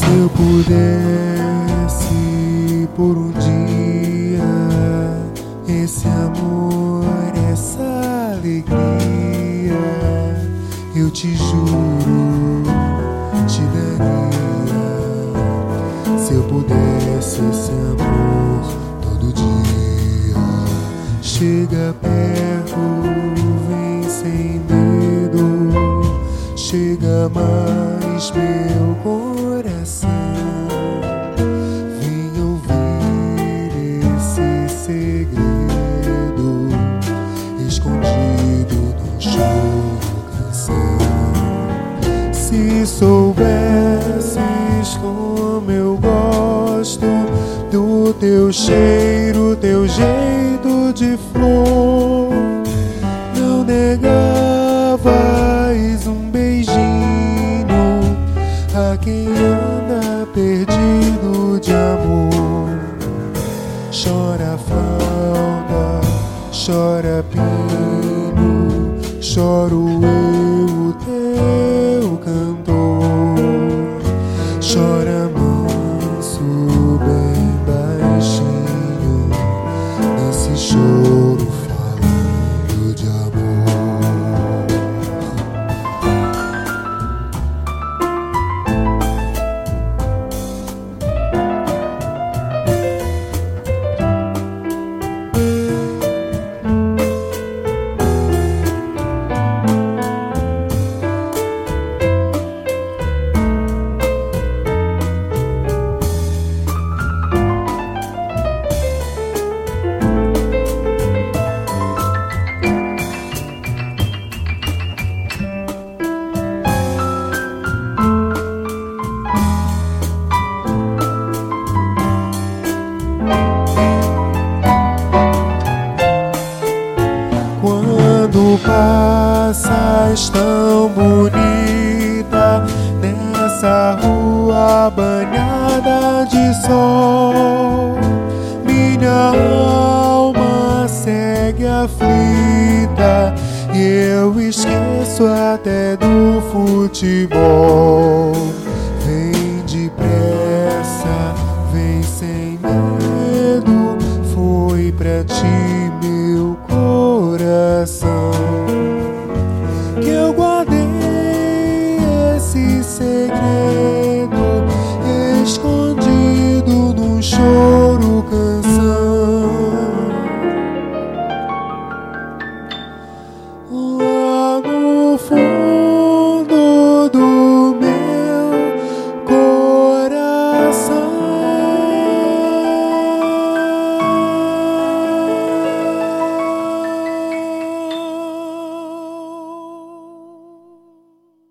eu pudesse por um dia esse amor, essa alegria, eu te juro, te daria. Se eu pudesse esse amor todo dia, chega perto, vem sem medo, chega mais meu coração, vem ouvir esse segredo escondido no choro, canção. Se soubesses como eu gosto do teu cheiro, teu jeito de flor, não negavas um beijinho a quem anda perdido de amor. Chora flauta, chora pino, choro eu, o teu cantor. Chora manso, bem baixinho, nesse choro falando de amor. Quando passas tão bonita nessa rua banhada de sol, minha alma segue aflita e eu esqueço até do futebol.